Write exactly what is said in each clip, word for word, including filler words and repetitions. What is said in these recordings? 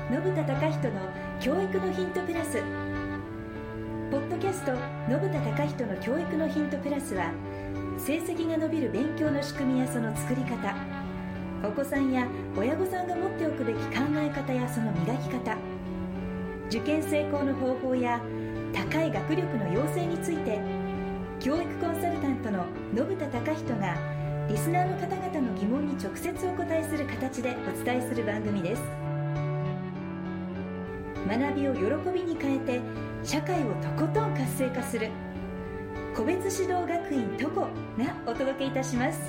信田貴人の教育のヒントプラス。ポッドキャスト信田貴人の教育のヒントプラスは、成績が伸びる勉強の仕組みやその作り方、お子さんや親御さんが持っておくべき考え方やその磨き方、受験成功の方法や高い学力の養成について、教育コンサルタントの信田貴人がリスナーの方々の疑問に直接お答えする形でお伝えする番組です。学びを喜びに変えて社会をとことん活性化する個別指導学院トコがお届けいたします。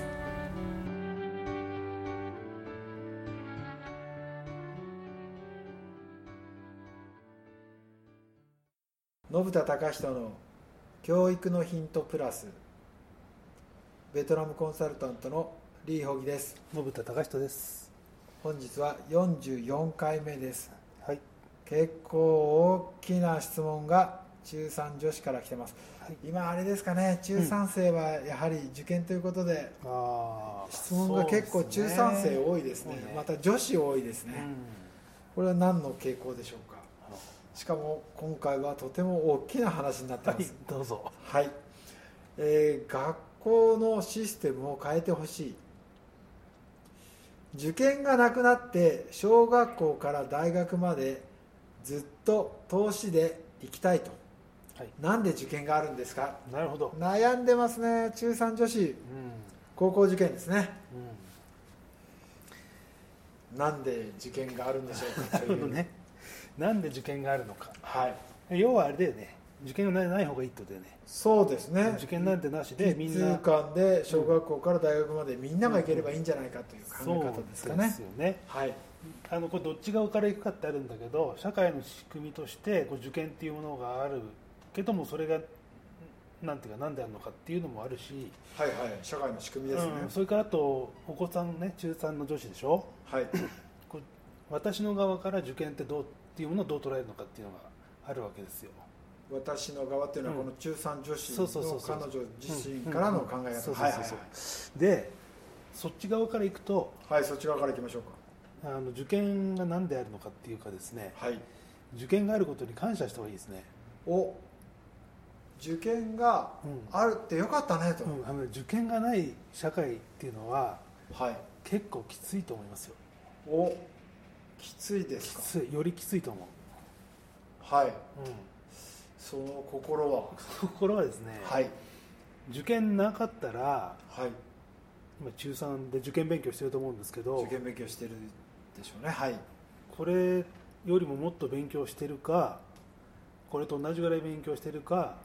信田貴人の教育のヒントプラス、ベトナムコンサルタントのリー・ホギです。 信田貴人です。 本日はよんじゅうよんかいめです。 はい、 結構大きな質問が中さん女子から来てます。はい、今あれですかね、中さん生はやはり受験ということで、うん、あ質問が結構中さん生多いですね。ですね、また女子多いですね、うん、これは何の傾向でしょうか。しかも今回はとても大きな話になってます。はい、 どうぞ。 はい、えー、学校のシステムを変えてほしい。受験がなくなって小学校から大学までずっと通しで行きたいと、はい、なんで受験があるんですか。 なるほど、 悩んでますね、中さん女子、うん、高校受験ですね、うん、なんで受験があるんでしょうかというね、なんで受験があるのか、 はい、 要はあれだよね、受験がない方がいいってことだよね。 そうですね、 受験なんてなしでみんな一通間で小学校から大学までみんなが行ければいいんじゃないかという考え方ですかね。 そうですよね、 はい、 あのこれどっち側から行くかってあるんだけど、社会の仕組みとしてこう受験っていうものがあるけども、それがなんていうか何であるのかっていうのもあるし、 はいはい、社会の仕組みですね、 うん、それからあとお子さんね、中さんの女子でしょ、 はいこう私の側から受験ってどうっていうものをどう捉えるのかっていうのがあるわけですよ。 私の側っていうのはこの中さん女子の彼女自身からの考え方で、そっち側からいくと、 はい、そっち側からいきましょうか。あの受験が何であるのかっていうかですね、 はい、 受験があることに感謝した方がいいですね。 お、受験があるってよかったねと、 うんうん、あの受験がない社会っていうのは、 はい、結構きついと思いますよ。 お、きついですか。 きつい、よりきついと思う。 はい、うん、 その心は心はですね、 はい、 受験なかったら、 はい、 今中さんで受験勉強してると思うんですけど、 受験勉強してるでしょうね、はい、 これよりももっと勉強してるか、これと同じぐらい勉強してるか、はい、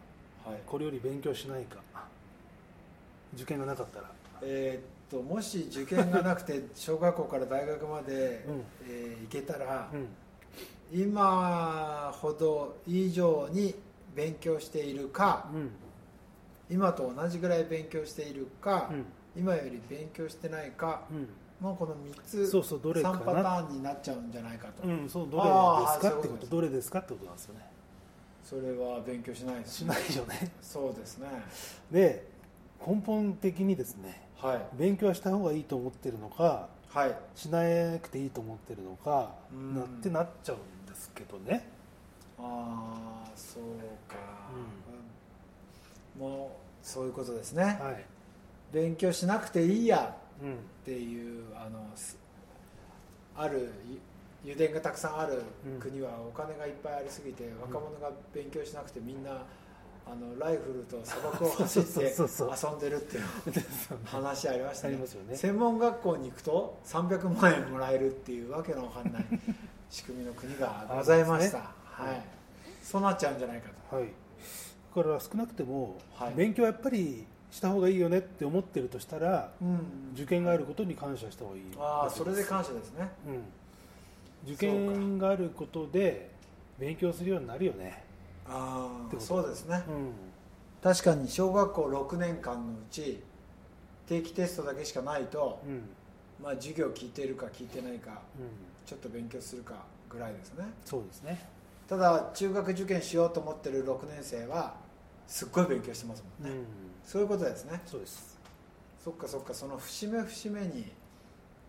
これより勉強しないか、受験がなかったら、 えーっともし受験がなくて小学校から大学まで、うん、えー、行けたら、うん、今ほど以上に勉強しているか、うん、今と同じぐらい勉強しているか、うん、今より勉強してないか、うん、もうこのみっつ、 そうそう、どれかな、 さんパターンになっちゃうんじゃないかと、 うん、そう、どれですかってこと、どれですかってことなんですよね。 それは勉強しないですね。しないよね。 そうですね。 で、根本的にですね、 はい、 勉強はした方がいいと思ってるのか、 はい、 しなくていいと思ってるのか、なってなっちゃうんですけどね。 ああ、そうか、うん、もうそういうことですね、はい、勉強しなくていいやっていう、うん、あのある油田がたくさんある国はお金がいっぱいありすぎて、うん、若者が勉強しなくてみんなあのライフルと砂漠を走って遊んでるっていう話ありましたね。専門学校に行くとさんびゃくまんえんもらえるっていうわけのわかんない仕組みの国がございました、ね、はい、そうなっちゃうんじゃないかと、はい、 だから少なくても、はい、勉強はやっぱりした方がいいよねって思ってるとしたら、うん、受験があることに感謝した方がいい。 ああ、それで感謝ですね、 うん、受験があることで勉強するようになるよね。 ああ、そうですね、うん、確かに小学校ろくねんかんのうち定期テストだけしかないと、うん、まあ授業聞いてるか聞いてないか、うん、ちょっと勉強するかぐらいですね。 そうですね。 ただ中学受験しようと思ってるろくねん生はすっごい勉強してますもんね、うん、そういうことですね。 そうです。 そっかそっか、その節目節目に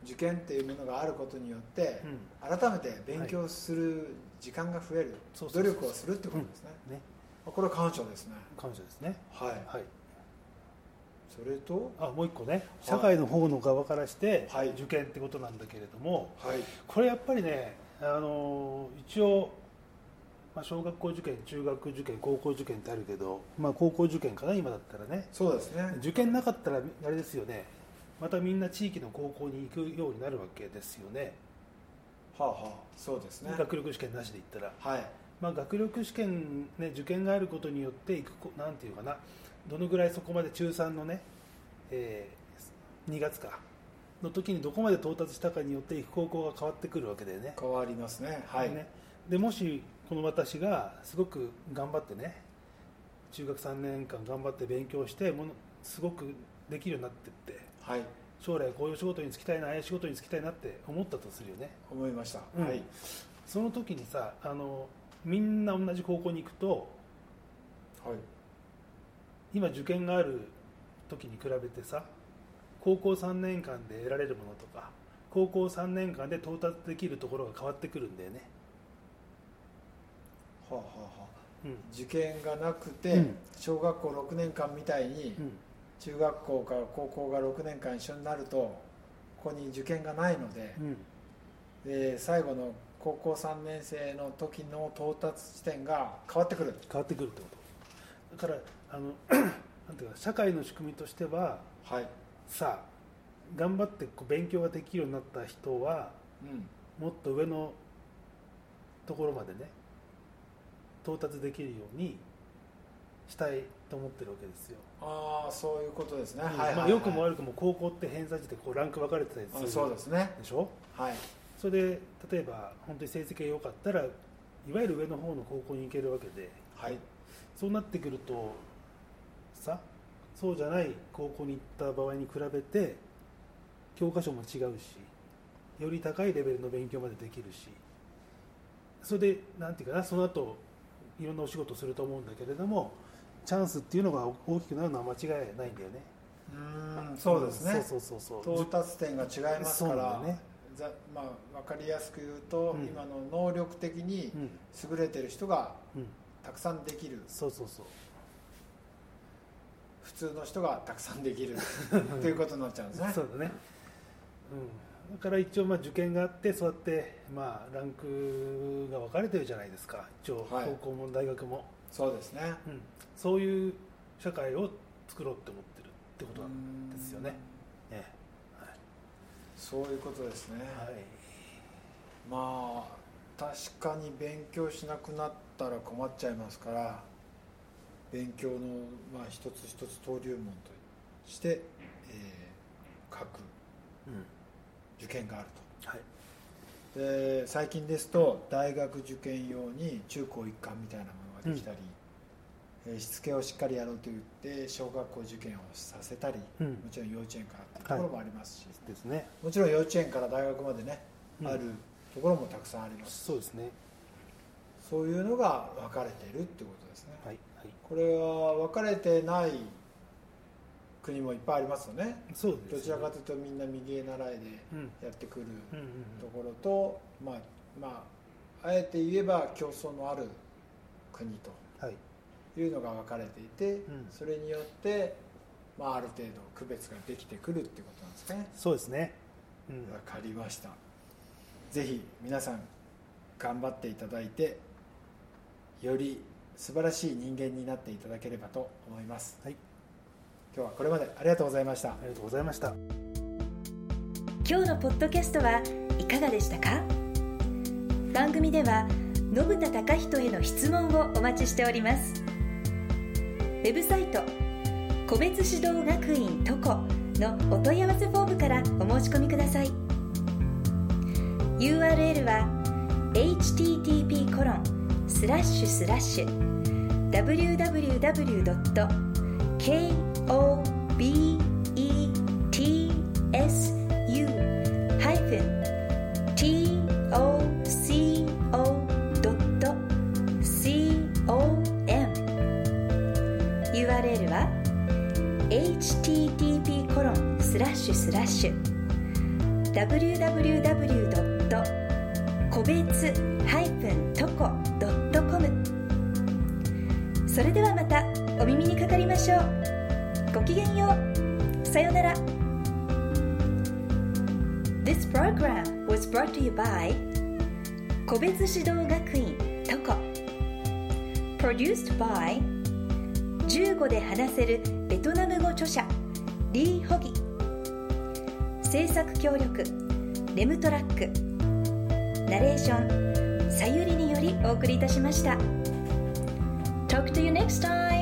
受験っていうものがあることによって、うん、改めて勉強する時間が増える、はい、努力をするってことですね。うん、ね、これは感謝ですね。 感謝ですね。 はい、はい、それとあもう一個ね、社会の方の側からして、はい、受験ってことなんだけれども、はい、これやっぱりね、あの一応、まあ、小学校受験、中学受験、高校受験ってあるけど、まあ、高校受験かな今だったらね。 そうですね。 受験なかったらあれですよね、またみんな地域の高校に行くようになるわけですよね。 はあはあ、そうですね。 学力試験なしで言ったら、 はい、 まあ、学力試験、ね、受験があることによっていく、なんていうかな、どのぐらいそこまで中さんのね、えー、にがつかの時にどこまで到達したかによって行く高校が変わってくるわけだよね。 変わりますね。はい。 ね、でもしこの私がすごく頑張ってね、中学さんねんかん頑張って勉強してものすごくできるようになってって、 はい、 将来こういう仕事に就きたいな、ああいう仕事に就きたいなって思ったとするよね。 思いました。 うん、はい。その時にさ、あのみんな同じ高校に行くと、はい、今受験がある時に比べてさ、高校さんねんかんで得られるものとか、高校さんねんかんで到達できるところが変わってくるんだよね。 はあはあはあ、うん、受験がなくて、うん、小学校ろくねんかんみたいに、うん、中学校から高校がろくねんかん一緒になるとここに受験がないので、うん、で最後の高校さんねん生の時の到達地点が変わってくる変わってくるってこと。だからあのなんていうか、社会の仕組みとしては、はい、さあ頑張ってこう勉強ができるようになった人は、うん、もっと上のところまでね到達できるようにしたいと思ってるわけですよ。 ああ、そういうことですね。 うん、はいはいはい、まあ、良くも悪くも高校って偏差値でこうランク分かれてたりする。 そうですね。 でしょ。 はい。 それで例えば本当に成績が良かったらいわゆる上の方の高校に行けるわけで、はい、そうなってくるとさ、そうじゃない高校に行った場合に比べて教科書も違うし、より高いレベルの勉強までできるし、それでなんていうかな、その後いろんなお仕事すると思うんだけれども、チャンスっていうのが大きくなるのは間違いないんだよね。 うーん、そうですね。 そうそうそうそう。 到達点が違いますから、ね、ざまあ、分かりやすく言うと、うん、今の能力的に優れてる人がたくさんできる、うん、 そうそうそう、 普通の人がたくさんできるということになっちゃうんですね。 そうだね、うん、だから一応まあ受験があって、そうやってまあランクが分かれてるじゃないですか、一応高校も大学も、はい、 そうですね、 うん、そういう社会を作ろうって思ってるってことなんですよね。ね、はい、 そういうことですね。 はい、 まあ確かに勉強しなくなったら困っちゃいますから、勉強の、まあ、一つ一つ登竜門として、えー、各受験があると、うん、はい、で最近ですと大学受験用に中高一貫みたいなものができたり、うん、えー、しつけをしっかりやろうと言って小学校受験をさせたり、うん、もちろん幼稚園からというところもありますし、 はい、ですね、 もちろん幼稚園から大学までね、うん、あるところもたくさんあります。 そうですね。 そういうのが分かれているってことですね。 はいはい、 これは分かれてない国もいっぱいありますよね。 そうですね。 どちらかというとみんな右へ習いでやってくるところと、まあまああえて言えば競争のある国というのが分かれていて、はい、それによって、まあ、ある程度区別ができてくるっていうことなんですね。 そうですね。うん、 分かりました。ぜひ皆さん頑張っていただいて、より素晴らしい人間になっていただければと思います。はい、今日はこれまでありがとうございました。 ありがとうございました。 今日のポッドキャストはいかがでしたか？番組では信田貴人への質問をお待ちしております。ウェブサイト個別指導学院トコのお問い合わせフォームからお申し込みください。 ユーアールエル は エイチティーティーピーコロンスラッシュスラッシュダブリューダブリューダブリュードットケーオービーイーティーエスユーハイフンティーオーシーオードットシーオーエム ユーアールエル は エイチティーティーピーコロンスラッシュスラッシュダブリューダブリューダブリュードット個別トコドットコム。 それではまたお耳にかかりましょう。ごきげんよう。さようなら。 This program was brought to you by 個別指導学院トコ Produced by じゅうごで話せるベトナム語著者リー・ホギ。制作協力レムトラック。ナレーションさゆりによりお送りいたしました。Talk to you next time!